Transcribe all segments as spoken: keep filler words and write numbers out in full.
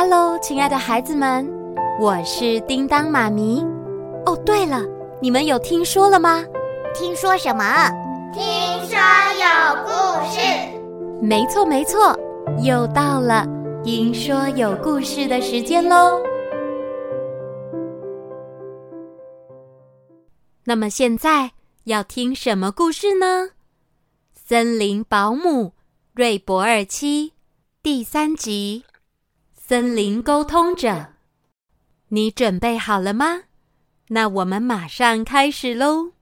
Hello， 亲爱的孩子们，我是叮当妈咪。哦，对了，你们有听说了吗？ 听说什么？ 听说有故事。 没错没错，又到了听说有故事的时间咯。那么现在要听什么故事呢？森林保姆瑞博二七第三集，森林沟通者。你准备好了吗？那我们马上开始咯。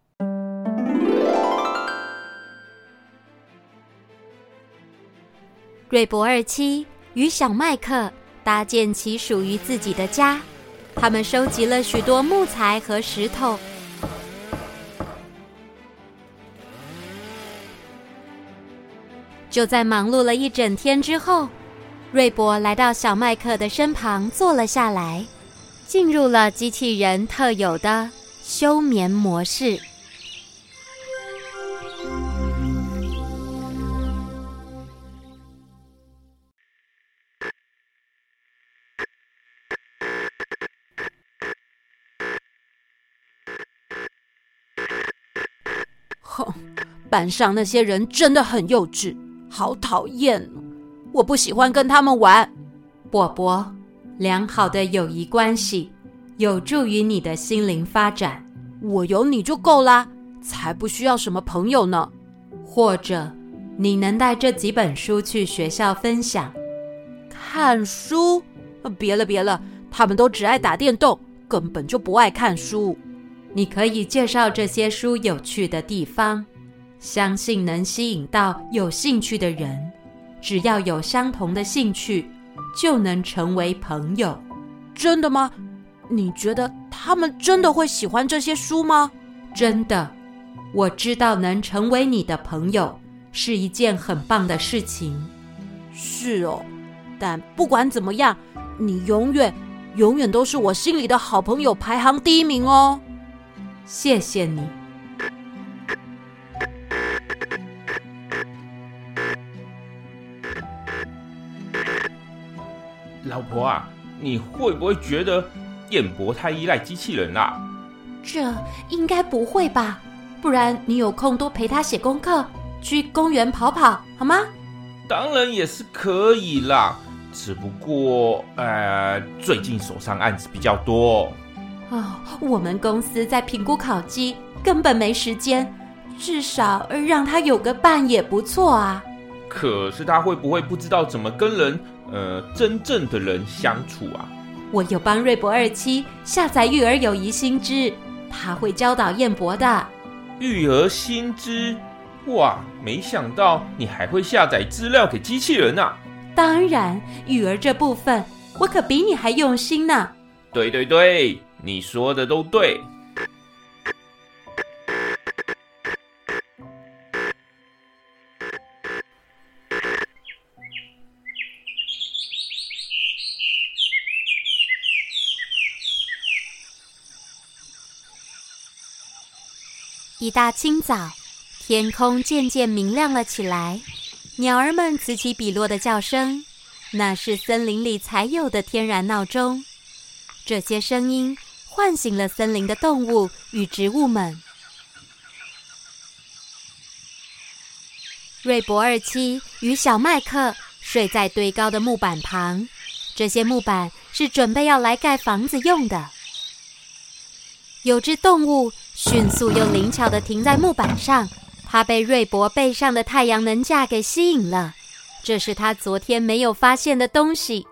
瑞博二七与小麦克搭建起属于自己的家，他们收集了许多木材和石头。就在忙碌了一整天之后，瑞博来到小麦克的身旁坐了下来，进入了机器人特有的休眠模式。 哼，班上那些人真的很幼稚，好讨厌哦！我不喜欢跟他们玩。 波波，良好的友谊关系有助于你的心灵发展。 我有你就够啦，才不需要什么朋友呢。 或者，你能带这几本书去学校分享。 看书？别了别了，他们都只爱打电动，根本就不爱看书。 你可以介绍这些书有趣的地方，相信能吸引到有兴趣的人。只要有相同的兴趣，就能成为朋友。 真的吗？你觉得他们真的会喜欢这些书吗？ 真的，我知道能成为你的朋友是一件很棒的事情。 是哦，但不管怎么样，你永远永远都是我心里的好朋友，排行第一名哦。 谢谢你。 老婆啊，你会不会觉得彦博太依赖机器人啦？ 这应该不会吧？不然你有空多陪他写功课，去公园跑跑，好吗？ 当然也是可以啦，只不过呃，最近手上案子比较多。 哦，我们公司在评估考绩，根本没时间，至少让他有个伴也不错啊。 可是他会不会不知道怎么跟人呃真正的人相处啊？ 我有帮瑞博二七下载育儿友谊新知，他会教导彦博的。 育儿新知？哇，没想到你还会下载资料给机器人啊！ 当然，育儿这部分我可比你还用心呢。 对对对，你说的都对。 一大清早，天空渐渐明亮了起来，鸟儿们此起彼落的叫声，那是森林里才有的天然闹钟。这些声音唤醒了森林的动物与植物们。瑞博二七与小麦克睡在堆高的木板旁，这些木板是准备要来盖房子用的。有只动物迅速又灵巧地停在木板上，它被瑞博背上的太阳能架给吸引了，这是他昨天没有发现的东西。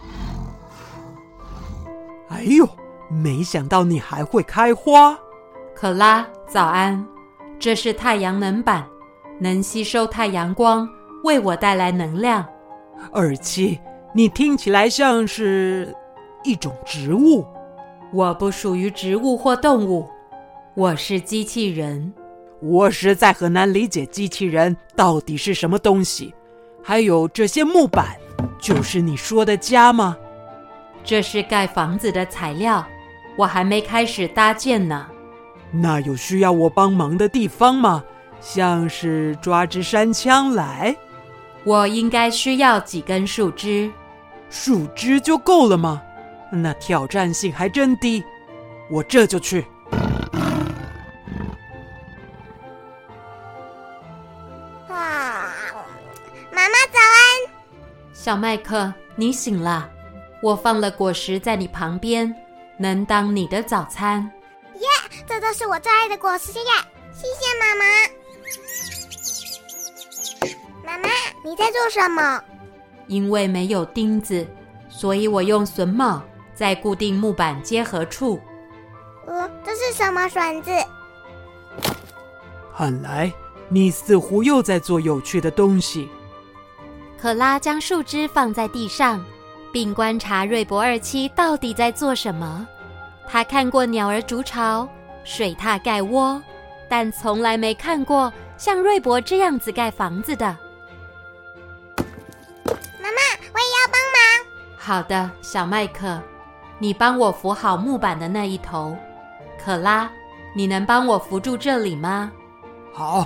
哎呦，没想到你还会开花。 可拉，早安。这是太阳能板，能吸收太阳光，为我带来能量。 二七，你听起来像是一种植物。 我不属于植物或动物，我是机器人。 我实在很难理解机器人到底是什么东西。还有这些木板，就是你说的家吗？ 这是盖房子的材料，我还没开始搭建呢。 那有需要我帮忙的地方吗？像是抓支山枪来？ 我应该需要几根树枝。 树枝就够了吗？那挑战性还真低，我这就去。 啊，妈妈早安。 小麦克，你醒了，我放了果实在你旁边，能当你的早餐。 耶，这都是我最爱的果实耶！谢谢妈妈。妈妈，你在做什么？ 因为没有钉子，所以我用榫卯在固定木板接合处。 呃，这是什么绳子？ 看来你似乎又在做有趣的东西。 可拉将树枝放在地上，并观察瑞博二七到底在做什么。他看过鸟儿筑巢、水獭盖窝，但从来没看过像瑞博这样子盖房子的。 妈妈，我也要帮忙。 好的，小麦克，你帮我扶好木板的那一头。可拉，你能帮我扶住这里吗？ 好。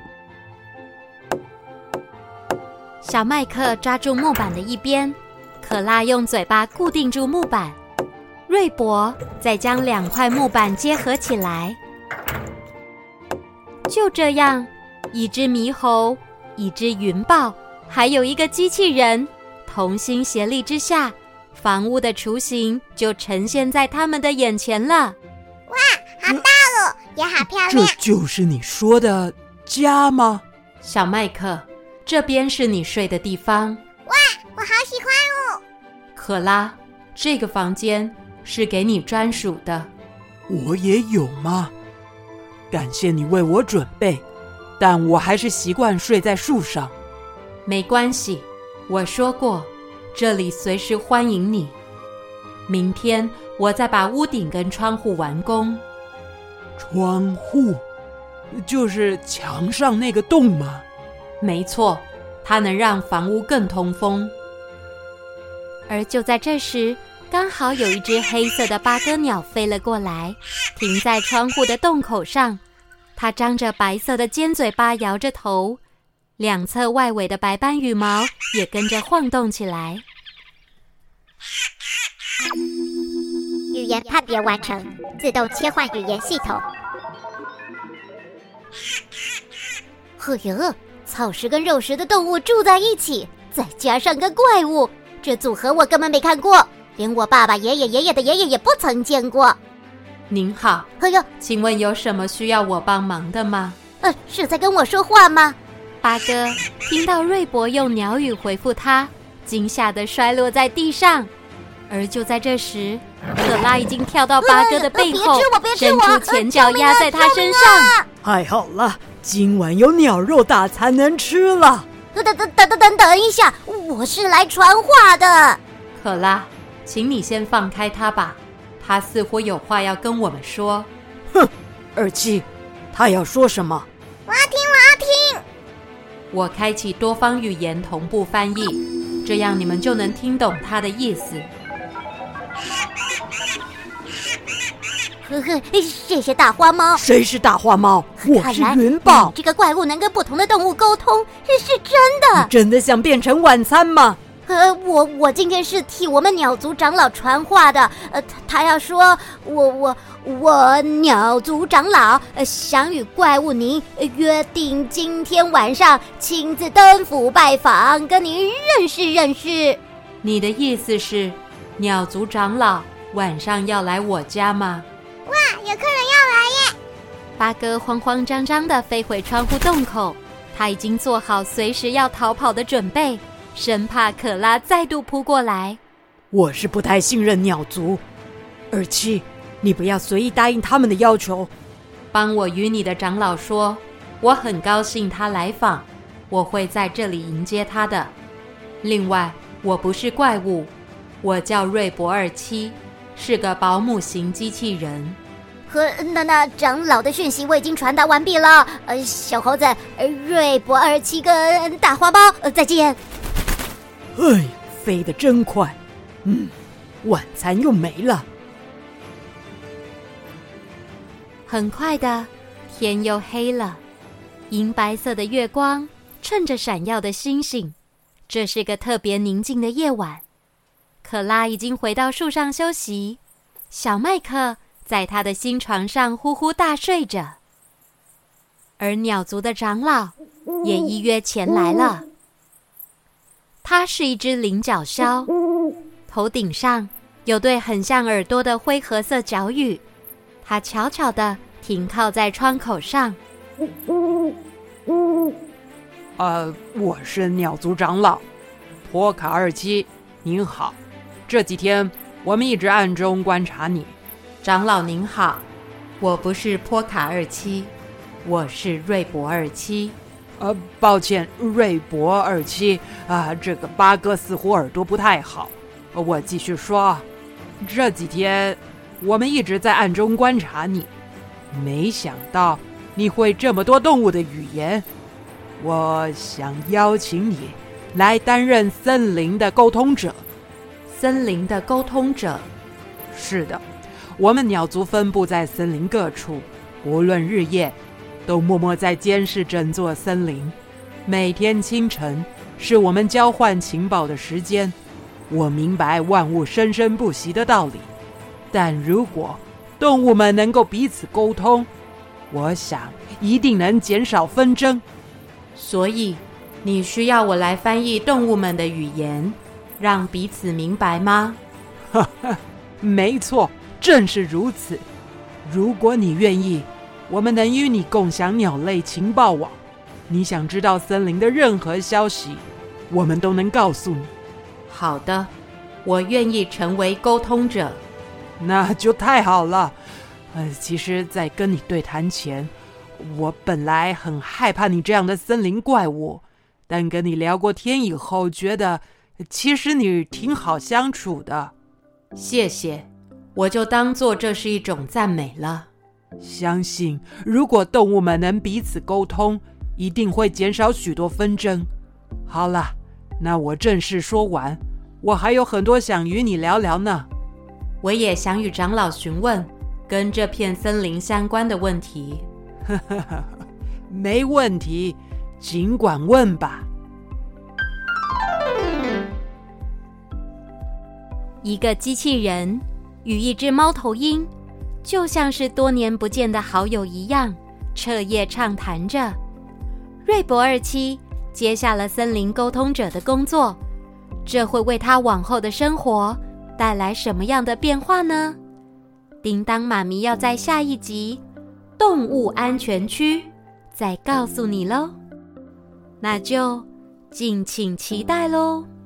小麦克抓住木板的一边，可拉用嘴巴固定住木板，瑞博再将两块木板结合起来。就这样，一只猕猴、一只云豹，还有一个机器人，同心协力之下，房屋的雏形就呈现在他们的眼前了。 哇，好大哦，也好漂亮。 这就是你说的家吗？ 小麦克，这边是你睡的地方。 哇，我好喜欢哦。 可拉，这个房间是给你专属的。 我也有吗？感谢你为我准备，但我还是习惯睡在树上。 没关系，我说过，这里随时欢迎你。明天我再把屋顶跟窗户完工。 窗户，就是墙上那个洞吗？ 没错，它能让房屋更通风。而就在这时，刚好有一只黑色的八哥鸟飞了过来，停在窗户的洞口上。它张着白色的尖嘴巴，摇着头，两侧外围的白斑羽毛也跟着晃动起来。 语言判别完成，自动切换语言系统。呵哟，草食跟肉食的动物住在一起，再加上个怪物，这组合我根本没看过，连我爸爸、爷爷、爷爷的爷爷也不曾见过。 您好， 哎呦， 请问有什么需要我帮忙的吗？ 呃，是在跟我说话吗？ 八哥听到瑞博用鸟语回复他，惊吓得摔落在地上。而就在这时，可拉已经跳到八哥的背后，伸出前脚压在他身上。 太好了，今晚有鸟肉大餐能吃了。 等等等等等等一下，我是来传话的。 可拉，请你先放开他吧，他似乎有话要跟我们说。 哼，二七，他要说什么？ 我要听，我要听。 我开启多方语言同步翻译，这样你们就能听懂他的意思。 呵呵，谢谢大花猫。 谁是大花猫？我是云豹。 豹。 这个怪物能跟不同的动物沟通，这是真的。 你真的想变成晚餐吗？ 呃，我我今天是替我们鸟族长老传话的。呃，他他要说，我我我鸟族长老呃想与怪物您、呃、约定今天晚上亲自登府拜访，跟您认识认识。 你的意思是，鸟族长老晚上要来我家吗？ 哇，有客人要来耶！ 八哥慌慌张张地飞回窗户洞口，他已经做好随时要逃跑的准备，生怕可拉再度扑过来。 我是不太信任鸟族，二七，你不要随意答应他们的要求。 帮我与你的长老说，我很高兴他来访，我会在这里迎接他的。另外，我不是怪物，我叫瑞博二七，是个保姆型机器人。 和那那长老的讯息我已经传达完毕了。呃，小猴子、呃、瑞博二七跟大花猫，呃，再见。 哎，飞得真快。嗯，晚餐又没了。 很快的，天又黑了，银白色的月光衬着闪耀的星星，这是个特别宁静的夜晚。 克拉已经回到树上休息，小麦克在他的新床上呼呼大睡着，而鸟族的长老也依约前来了。他是一只领角鸮，头顶上有对很像耳朵的灰褐色角羽，他悄悄地停靠在窗口上。 呃，我是鸟族长老波卡二七，您好。这几天我们一直暗中观察你。 长老您好，我不是波卡二七，我是瑞博二七。 呃，抱歉，瑞博二七啊，这个八哥似乎耳朵不太好。我继续说，这几天我们一直在暗中观察你，没想到你会这么多动物的语言。我想邀请你来担任森林的沟通者。 森林的沟通者？ 是的，我们鸟族分布在森林各处，无论日夜都默默在监视整座森林。每天清晨是我们交换情报的时间。我明白万物生生不息的道理，但如果动物们能够彼此沟通，我想一定能减少纷争。 所以你需要我来翻译动物们的语言，让彼此明白吗？ 哈哈，没错，正是如此。如果你愿意，我们能与你共享鸟类情报网。你想知道森林的任何消息，我们都能告诉你。 好的，我愿意成为沟通者。 那就太好了。呃，其实在跟你对谈前，我本来很害怕你这样的森林怪物，但跟你聊过天以后，觉得其实你挺好相处的。 谢谢，我就当做这是一种赞美了。 相信如果动物们能彼此沟通，一定会减少许多纷争。好了，那我正式说完，我还有很多想与你聊聊呢。 我也想与长老询问跟这片森林相关的问题。 没问题，尽管问吧。 一个机器人与一只猫头鹰，就像是多年不见的好友一样，彻夜畅谈着。瑞博二七接下了森林沟通者的工作，这会为他往后的生活带来什么样的变化呢？叮当妈咪要在下一集动物安全区再告诉你咯，那就敬请期待咯。